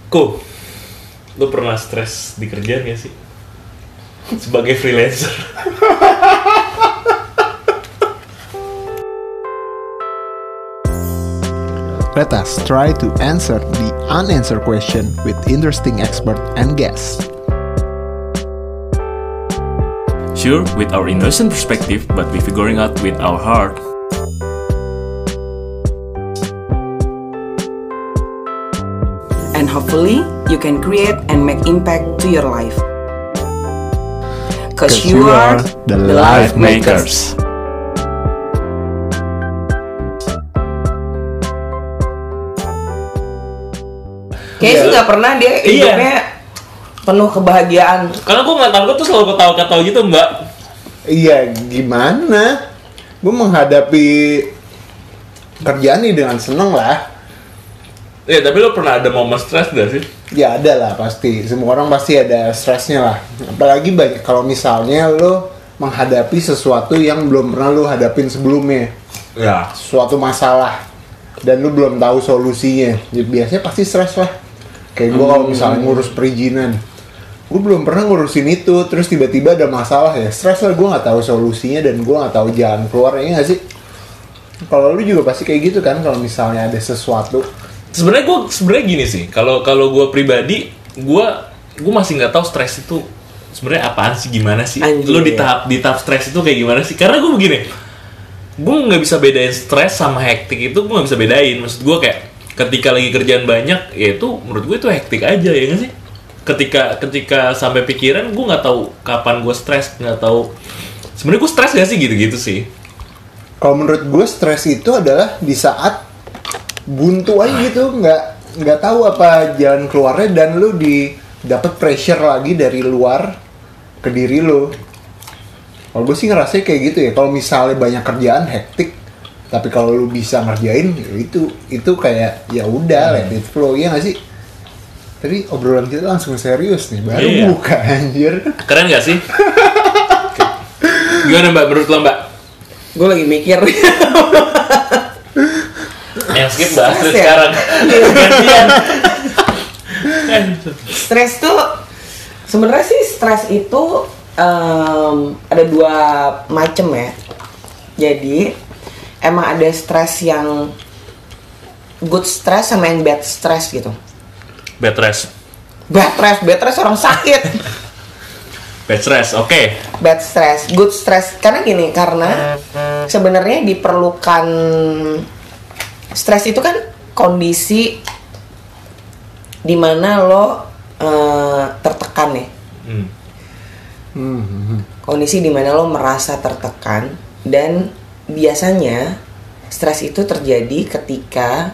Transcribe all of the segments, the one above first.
Lu pernah stres di kerjaan gak sih? Sebagai freelancer. Let us try to answer the unanswered question with interesting expert and guests. Sure, with our innocent perspective, but we figuring out with our heart. And hopefully, you can create and make impact to your life. Cause you are the Life makers. Kayaknya sih nggak pernah dia hidupnya penuh kebahagiaan. Karena gue nggak tahu, gue tuh selalu ketawa-ketawa gitu, Mbak. Iya, gimana? Gue menghadapi kerjaan ini dengan seneng lah. Iya, tapi lo pernah ada momen stres gak sih? Ya ada lah pasti. Semua orang pasti ada stresnya lah. Apalagi banyak kalau misalnya lo menghadapi sesuatu yang belum pernah lo hadapin sebelumnya. Ya. Suatu masalah dan lo belum tahu solusinya. Ya, biasanya pasti stres lah. Kayak gue kalau misalnya ngurus perizinan, gue belum pernah ngurusin itu, terus tiba-tiba ada masalah, ya stres lah. Gue nggak tahu solusinya dan gue nggak tahu jalan keluarnya, nggak sih? Kalau lu juga pasti kayak gitu kan, kalau misalnya ada sesuatu. Sebenarnya gini sih, kalau gue pribadi, gue masih nggak tahu stres itu sebenarnya apaan sih, gimana sih? Anjir. Lu di tahap stres itu kayak gimana sih? Karena gue begini, gue nggak bisa bedain stres sama hektik, itu gue nggak bisa bedain. Maksud gue kayak ketika lagi kerjaan banyak, ya itu menurut gue itu hektik aja, ya nggak sih? Ketika sampai pikiran, gue nggak tahu kapan gue stres, nggak tahu sebenarnya gue stres gak sih, gitu-gitu sih. Kalau menurut gue stres itu adalah di saat buntu aja gitu, nggak tahu apa jalan keluarnya dan lu dapet pressure lagi dari luar ke diri lu. Kalau gue sih ngerasa kayak gitu ya. Kalau misalnya banyak kerjaan hektik, tapi kalau lu bisa ngerjain, ya itu kayak ya udah let it flow, ya nggak sih? Tadi obrolan kita langsung serius nih, baru Iya. buka anjir. Keren gak sih? Gimana Mbak, menurut lo Mbak? Gue lagi mikir. Yang skip Mbak Astrid Stres ya? sekarang. Gantian. Stres tuh sebenarnya sih stres itu ada dua macam ya. Jadi emang ada stres yang good stress sama yang bad stress gitu. Bed rest. Bad stress orang sakit. Bed stress, oke. Bad stress, good stress. Karena gini, karena sebenarnya diperlukan stres itu kan kondisi dimana lo tertekan ya. Kondisi dimana lo merasa tertekan, dan biasanya stres itu terjadi ketika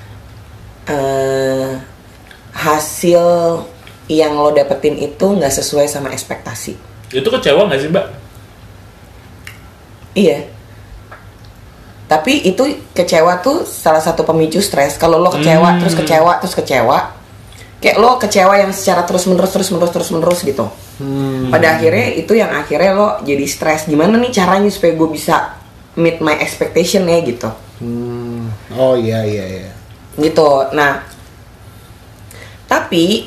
hasil yang lo dapetin itu nggak sesuai sama ekspektasi. Itu kecewa nggak sih Mbak? Iya. Tapi itu kecewa tuh salah satu pemicu stres. Kalau lo kecewa terus kecewa, kayak lo kecewa yang secara terus menerus gitu. Pada akhirnya itu yang akhirnya lo jadi stres. Gimana nih caranya supaya gue bisa meet my expectation ya gitu. Oh iya. Gitu. Nah, tapi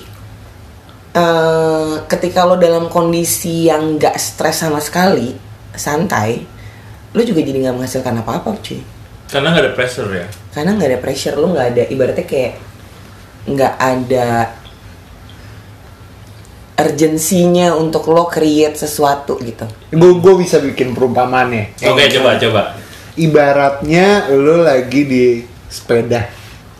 ketika lo dalam kondisi yang gak stres sama sekali, santai, lo juga jadi gak menghasilkan apa-apa cuy. Karena nggak ada pressure ya. Karena gak ada pressure, lo gak ada, ibaratnya kayak gak ada urgensinya untuk lo create sesuatu gitu. Gue bisa bikin perumpamannya. Oke, coba. Ibaratnya lo lagi di sepeda.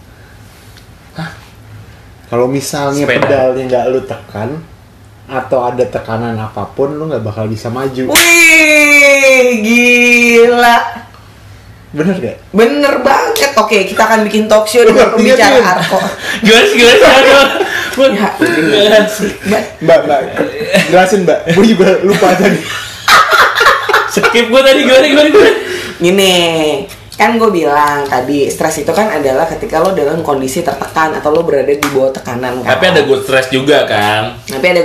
Kalau misalnya Sepeda. pedalnya nggak lu tekan atau ada tekanan apapun, lu nggak bakal bisa maju. Wih, gila. Bener gak? Bener banget. Oke, kita akan bikin talk show dengan pembicara Iya, Arko. Gimana sih? Ya, Mbak, jelasin Mbak. Gue juga lupa tadi. Skip gue tadi, gimana? Gini, kan gue bilang tadi stres itu kan adalah ketika lo dalam kondisi tertekan atau lo berada di bawah tekanan kan. Tapi ada good stress juga kan.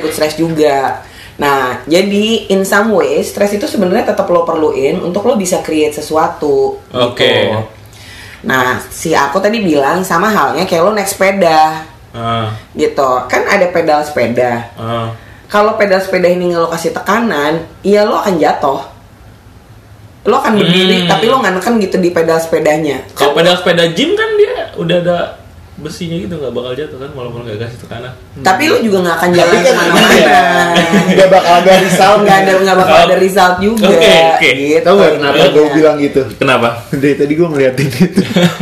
Nah, jadi in some way stres itu sebenarnya tetap lo perluin untuk lo bisa create sesuatu. Oke. Gitu. Nah, si aku tadi bilang sama halnya kayak lo naik sepeda. gitu. Kan ada pedal sepeda. Kalau pedal sepeda ini lo kasih tekanan, ya lo akan jatuh. Lo akan berdiri, tapi lo nggak neken gitu di pedal sepedanya. Kalau pedal sepeda gym kan dia udah ada besinya gitu, nggak bakal jatuh kan walaupun nggak kasih tekanan. Tapi lo juga nggak akan jalan kemana-mana. Nggak bakal ada result. Nggak bakal ada result juga. Oke. Gitu. Tahu nggak kenapa gue bilang gitu? Kenapa? Dari tadi gue ngeliatin itu.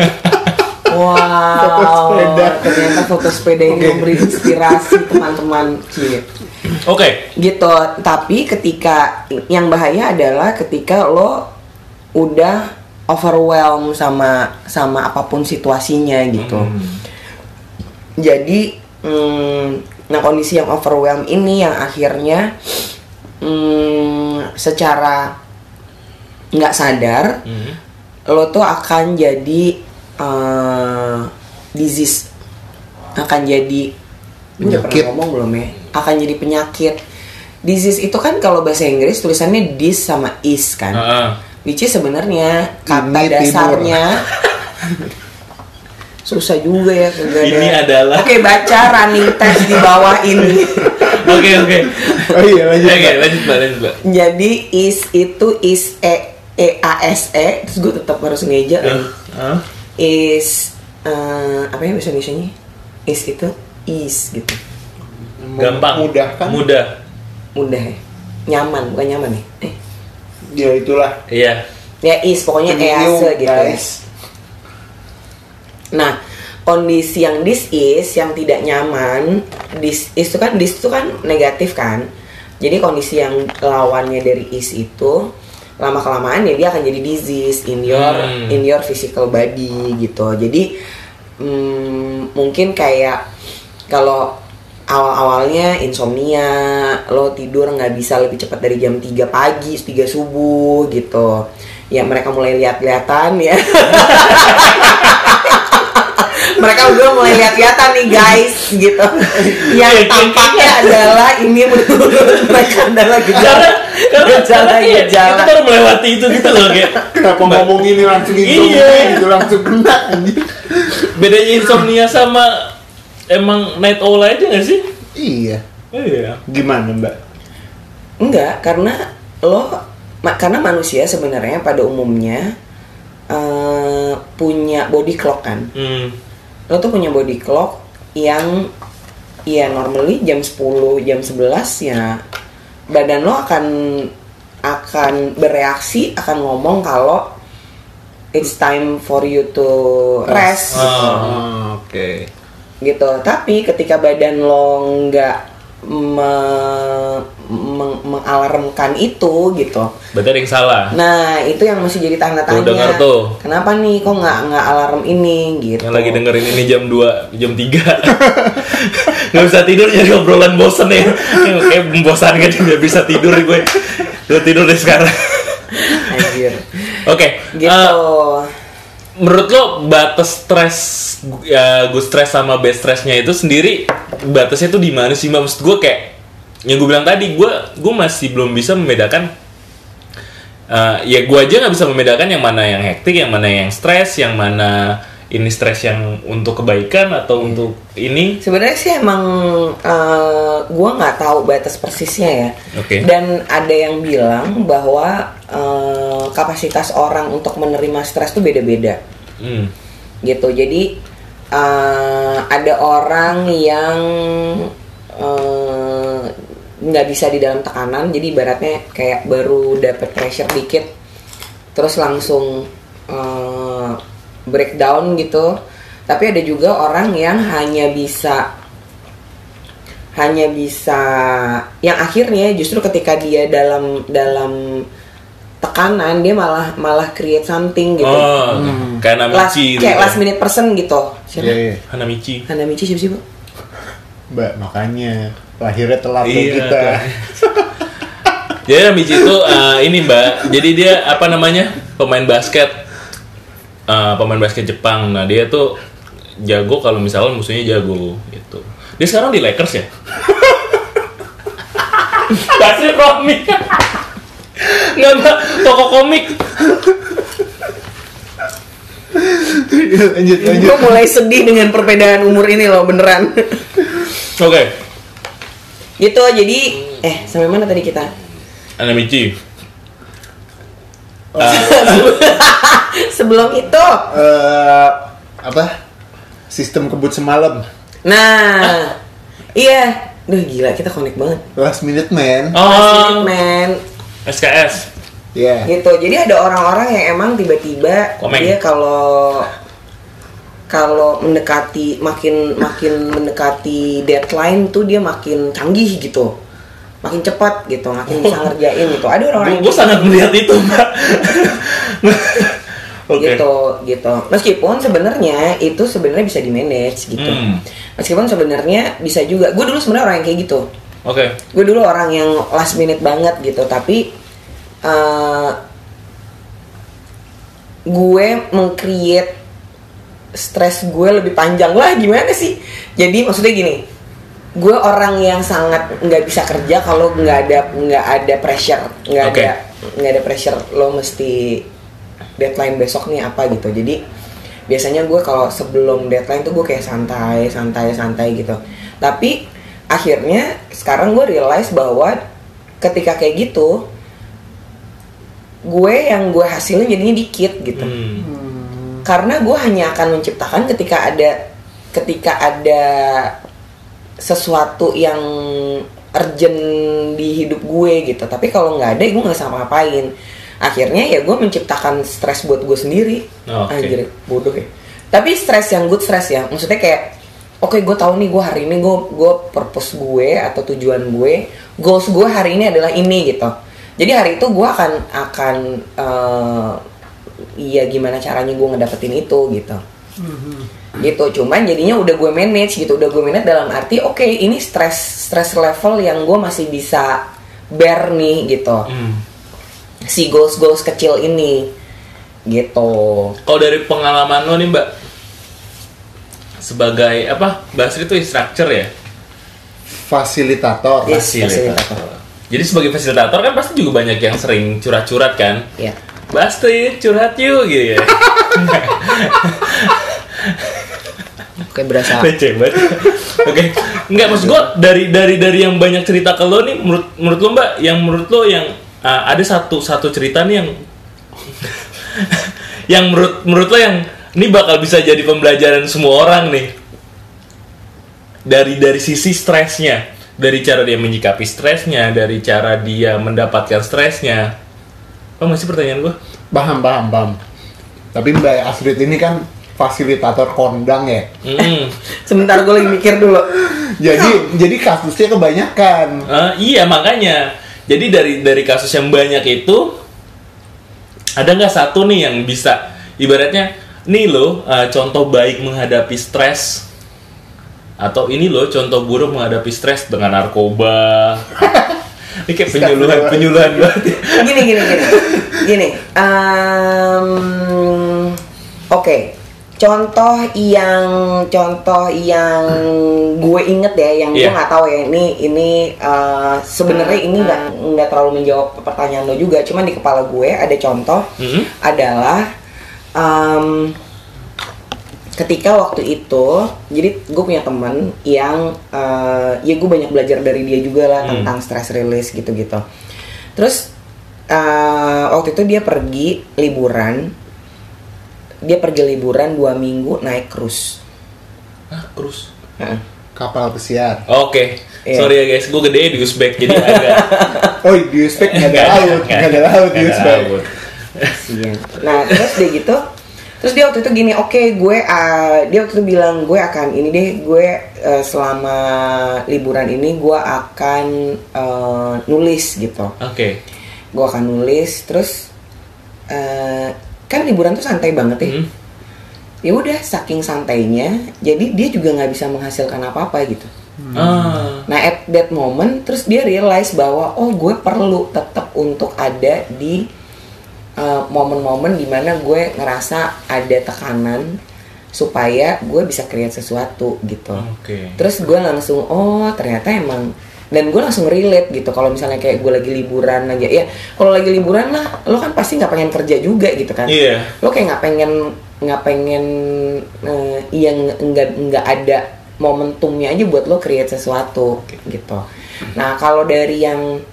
Wow, Foto sepeda. ternyata foto sepeda ini memberi inspirasi teman-teman. Oke. Gitu. Tapi ketika yang bahaya adalah ketika lo udah overwhelm sama apapun situasinya gitu. Jadi, nah kondisi yang overwhelm ini yang akhirnya secara nggak sadar lo tuh akan jadi disease, akan jadi udah pernah ngomong belum ya, akan jadi penyakit. Disease itu kan kalau bahasa Inggris tulisannya dis sama is kan, which is sebenarnya kata Ini dasarnya susah juga ya. Ini adalah Oke, baca running text di bawah ini. Oke. Oh iya lanjut. Oke, lanjut Mbak. Jadi is itu is e-a-s-e, terus gue tetap harus ngeja is apa ya bahasa Indonesianya? Is itu is gitu. Gampang. Mudah kan? Mudah Ya. Nyaman, bukan nyaman ya? Ya itulah. Iya. Ya is pokoknya ease gitu. Guys. Nah, kondisi yang this is yang tidak nyaman, this is itu kan negatif kan. Jadi kondisi yang lawannya dari is itu lama kelamaan ya dia akan jadi disease in your physical body gitu. Jadi mungkin kayak kalau awal-awalnya insomnia, lo tidur nggak bisa lebih cepat dari jam 3 pagi, 3 subuh gitu. Ya mereka mulai lihat-lihatan ya. Mereka udah mulai lihat-lihatan nih guys gitu. Yang tampaknya adalah ini menurut mereka adalah gejala. Kita baru melewati itu gitu loh kayak. Kenapa ngomong ini langsung insomnia gitu langsung kena anjir. Bedanya insomnia sama emang night owl aja nggak sih? Iya. Iya. Gimana Mbak? Enggak, karena manusia sebenarnya pada umumnya punya body clock kan. Lo tuh punya body clock yang ya normally jam 10, jam 11 ya badan lo akan bereaksi, akan ngomong kalau it's time for you to rest. Oke. Gitu. Tapi ketika badan lo nggak mengalarmkan itu gitu. Berarti ada yang salah. Nah itu yang masih jadi tanda tanya. Tuh, dengar tuh. Kenapa nih kok nggak alarm ini gitu? Yang lagi dengerin ini jam 2, jam 3 nggak bisa tidur jadi obrolan bosen ya. Kayak membosankan nggak bisa tidur gue. Gue tidur deh sekarang. Anjir. Oke. Gitu. Menurut lo batas stres ya good stress sama bad stressnya itu sendiri batasnya tuh di mana sih? Maksud gue kayak yang gue bilang tadi, gue masih belum bisa membedakan. Ya gue aja nggak bisa membedakan yang mana yang hektik, yang mana yang stres, yang mana ini stres yang untuk kebaikan atau untuk ini. Sebenarnya sih emang gue nggak tahu batas persisnya ya. Oke. Dan ada yang bilang bahwa kapasitas orang untuk menerima stres tuh beda-beda. Gitu. Jadi ada orang yang nggak bisa di dalam tekanan, jadi ibaratnya kayak baru dapet pressure dikit terus langsung breakdown gitu. Tapi ada juga orang yang hanya bisa yang akhirnya justru ketika dia dalam tekanan dia malah create something gitu. Kayak Hanamichi kayak last minute person gitu. Siapa? Iya. Hanamichi siapa sih, Bu? Mbak, makanya lahirnya telat tuh Iya, kita. Jadi Hanamichi itu ini Mbak. Jadi dia apa namanya? Pemain basket Jepang. Nah, dia tuh jago kalau misalnya musuhnya jago gitu. Dia sekarang di Lakers ya? Kasih komik. Nggak, toko komik. Lanjut. Gue mulai sedih dengan perbedaan umur ini loh, beneran. Oke. Gitu, jadi sampai mana tadi kita? Anamichi. Sebelum itu. Apa? Sistem kebut semalam. Nah, iya. Duh gila, kita connect banget. Last minute man. Oh, Man. SKS. Iya. Gitu. Jadi ada orang-orang yang emang tiba-tiba Komeng. dia kalau mendekati makin mendekati deadline tuh dia makin canggih gitu. Makin cepat gitu, makin bisa ngerjain gitu. Ada orang-orang Gue sangat melihat itu, Mbak. Oke. gitu. Meskipun sebenarnya itu sebenarnya bisa di manage gitu. Meskipun sebenarnya bisa juga. Gue dulu sebenarnya orang yang kayak gitu. Oke. Gue dulu orang yang last minute banget gitu. Tapi gue meng-create stres gue lebih panjang lah. Gimana sih? Jadi maksudnya gini. Gue orang yang sangat nggak bisa kerja kalau nggak ada pressure, nggak ada pressure lo mesti deadline besok nih apa gitu. Jadi biasanya gue kalau sebelum deadline tuh gue kayak santai gitu. Tapi akhirnya sekarang gue realize bahwa ketika kayak gitu gue hasilnya jadinya dikit gitu. Karena gue hanya akan menciptakan ketika ada sesuatu yang urgent di hidup gue gitu. Tapi kalau nggak ada, gue nggak bisa ngapain. Akhirnya ya gue menciptakan stres buat gue sendiri. Anjir, bodoh ya. Tapi stres yang good stress ya. Maksudnya kayak, oke, gue tahu nih gue hari ini gue purpose gue atau tujuan gue, goals gue hari ini adalah ini gitu. Jadi hari itu gue akan iya gimana caranya gue ngedapetin itu gitu. Gitu, cuman jadinya udah gue manage gitu, dalam arti oke, ini stress level yang gue masih bisa bear nih gitu. Si goals kecil ini gitu. Kalau dari pengalaman lo nih Mbak, sebagai apa? Basri itu instructor ya? Fasilitator. Yes, fasilitator. Jadi sebagai fasilitator kan pasti juga banyak yang sering curhat-curhat kan? Iya. Basri curhat yuk gitu ya. Oke, berasa. Receh banget. Oke. Enggak, maksud gue dari yang banyak cerita ke lo nih, menurut lo Mbak, yang menurut lo yang ada satu cerita nih yang menurut lo yang ini bakal bisa jadi pembelajaran semua orang nih. Dari sisi stresnya, dari cara dia menyikapi stresnya, dari cara dia mendapatkan stresnya. Paham gak sih pertanyaan gue? Paham. Tapi Mbak Astrid ini kan fasilitator kondang ya. Sebentar, gue lagi mikir dulu. Jadi kasusnya kebanyakan. Iya, makanya. Jadi dari kasus yang banyak itu ada nggak satu nih yang bisa ibaratnya nih lo contoh baik menghadapi stres, atau ini lo contoh buruk menghadapi stres dengan narkoba. Ini kayak penyuluhan banget. Gini. Oke. Contoh yang gue inget ya, yang gue nggak tahu ya ini sebenarnya ini nggak terlalu menjawab pertanyaan lo juga, cuman di kepala gue ada contoh adalah ketika waktu itu, jadi gue punya teman yang ya gue banyak belajar dari dia juga lah tentang stress release gitu-gitu. Terus waktu itu dia pergi liburan 2 minggu naik cruise. Cruise? Kapal pesiar. Oke. Iya. Sorry ya guys, gue gede di Uzbek jadi agak. Oh, di Uzbek nggak ada laut di Uzbek. Nah terus dia gitu, terus dia waktu itu gini, dia waktu itu bilang gue akan ini deh, gue selama liburan ini gue akan nulis gitu. Oke. Gue akan nulis, terus kan liburan tuh santai banget ya. Ya udah, saking santainya, jadi dia juga nggak bisa menghasilkan apa-apa gitu. Nah at that moment, terus dia realize bahwa gue perlu tetap untuk ada di momen-momen dimana gue ngerasa ada tekanan supaya gue bisa create sesuatu gitu. Terus gue langsung ternyata emang, dan gue langsung relate gitu. Kalau misalnya kayak gue lagi liburan aja, ya kalau lagi liburan lah, lo kan pasti nggak pengen kerja juga gitu kan. Lo kayak nggak pengen yang nggak ada momentumnya aja buat lo create sesuatu gitu. Nah kalau dari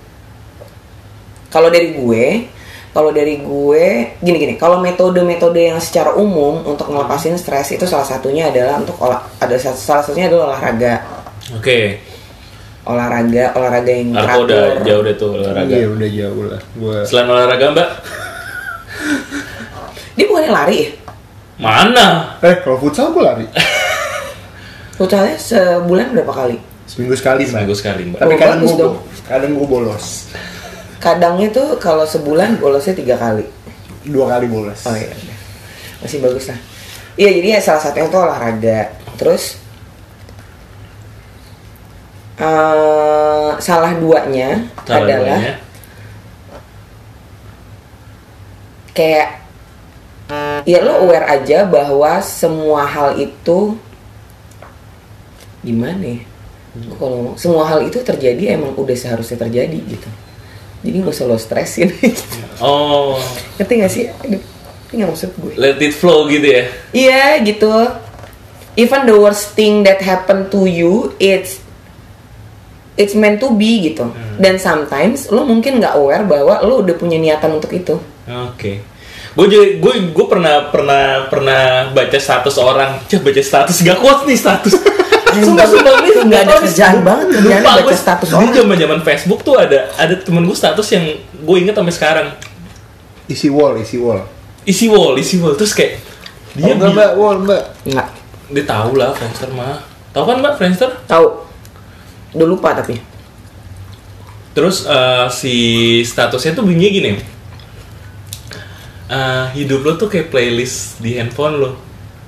gue gini, kalau metode-metode yang secara umum untuk ngelepasin stres itu salah satunya adalah salah satunya adalah olahraga. Oke. Olahraga yang Aku teratur. udah jauh deh tuh olahraga. Iya udah jauh lah. Selain olahraga Mbak, Dia bukannya lari ya? mana? Kalau futsal gue lari Futsalnya sebulan berapa kali? seminggu sekali Mbak. Seminggu sekali Mbak. Tapi Oh, bagus dong. kadang gue bolos. Kadangnya tuh kalau sebulan bolosnya 3 kali. 2 kali bolos. Oh iya, masih bagus lah. Iya jadi ya salah satunya itu olahraga. Terus salah duanya adalah kayak ya lo aware aja bahwa semua hal itu gimana ya? Gua kalau ngomong semua hal itu terjadi emang udah seharusnya terjadi gitu. Jadi nggak usah lo stresin. Oh, Ngerti gak sih? Ngerti gak maksud gue? let it flow gitu ya. Iya gitu. Even the worst thing that happened to you, it's meant to be gitu. Dan sometimes lo mungkin nggak aware bahwa lo udah punya niatan untuk itu. Oke. Gue pernah baca status orang. Baca status gak kuat nih status. Sumpah ini Nggak ada kerjaan banget kerjaan lupa baca gue status orang. orang. Zaman Facebook tuh ada temen gue status yang gue inget sampai sekarang. Isi wall. Isi wall. Terus kayak dia Enggak Mbak, wall Mbak. Nggak dia tahu lah Friendster mah. Tahu kan Mbak Friendster? tahu. Udah lupa tapi. Terus si statusnya tuh bunyinya gini. Hidup lo tuh kayak playlist di handphone lo.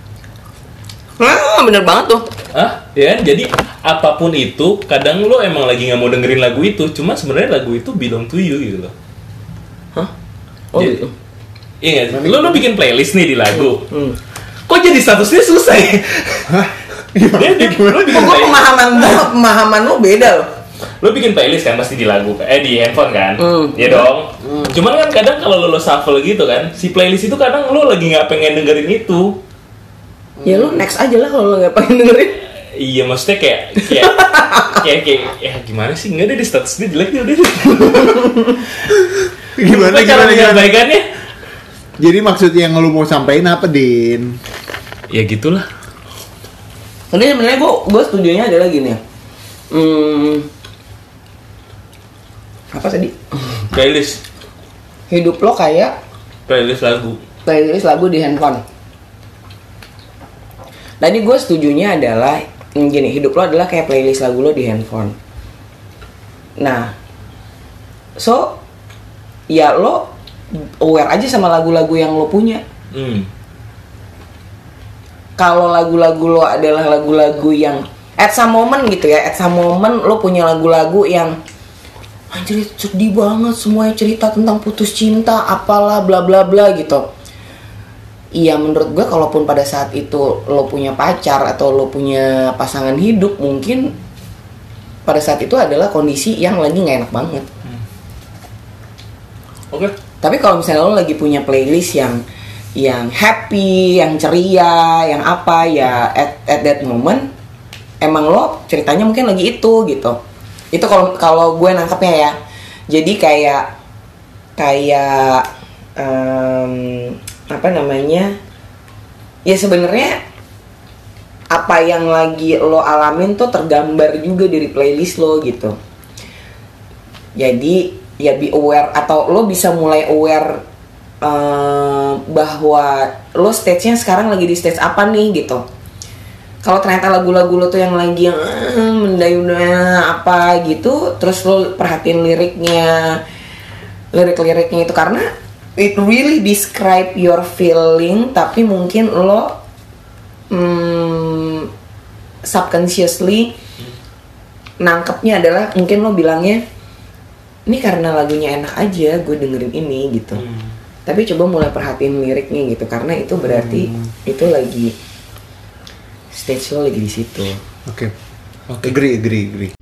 Bener banget tuh. Ya, jadi apapun itu, kadang lo emang lagi nggak mau dengerin lagu itu, cuma sebenarnya lagu itu belong to you gitu loh. Hah? Oh Jadi- gitu. Iya nggak? Lo bikin playlist nih di lagu. Hmm. Kok jadi statusnya susah ya? Lo bikin Kok playlist, pemahaman lo beda loh. lo bikin playlist kan pasti di lagu, di handphone kan? Hmm. Iya dong. Cuman kan kadang kalau lo shuffle gitu kan, si playlist itu kadang lo lagi nggak pengen dengerin itu. Ya lo next aja lah kalau lo nggak pengen dengerin. Iya maksudnya kayak ya gimana sih, nggak deh di status dia jelek dia udah deh. Gimana cara menyampaikannya? Jadi maksud yang lu mau sampein apa, Din? Ya gitulah. Ini sebenarnya gue setujunya adalah gini ya. Apa tadi? Playlist Hidup lo kayak lagu. playlist lagu di handphone. Tadi gue setujunya adalah gini, hidup lo adalah kayak playlist lagu lo di handphone. Nah, so ya lo aware aja sama lagu-lagu yang lo punya. Kalau lagu-lagu lo adalah lagu-lagu yang at some moment gitu ya, at some moment lo punya lagu-lagu yang anjir sedih banget, semuanya cerita tentang putus cinta, apalah bla bla bla gitu. Iya, menurut gue kalaupun pada saat itu lo punya pacar atau lo punya pasangan hidup, mungkin pada saat itu adalah kondisi yang lagi nggak enak banget. Oke. Tapi kalau misalnya lo lagi punya playlist yang happy, yang ceria, yang apa ya at that moment, emang lo ceritanya mungkin lagi itu gitu. Itu kalau gue nangkepnya ya. Jadi kayak apa namanya? Ya sebenarnya apa yang lagi lo alamin tuh tergambar juga dari playlist lo gitu. Jadi ya be aware, atau lo bisa mulai aware bahwa lo stage-nya sekarang lagi di stage apa nih gitu. Kalau ternyata lagu-lagu lo tuh yang lagi yang mendayu-dayu apa gitu, terus lo perhatiin lirik-liriknya itu, karena it really describe your feeling, tapi mungkin lo subconsciously nangkepnya adalah mungkin lo bilangnya ini karena lagunya enak aja gue dengerin ini gitu. Tapi coba mulai perhatiin liriknya gitu, karena itu berarti itu lagi stage lo lagi di situ. Oke. Agree.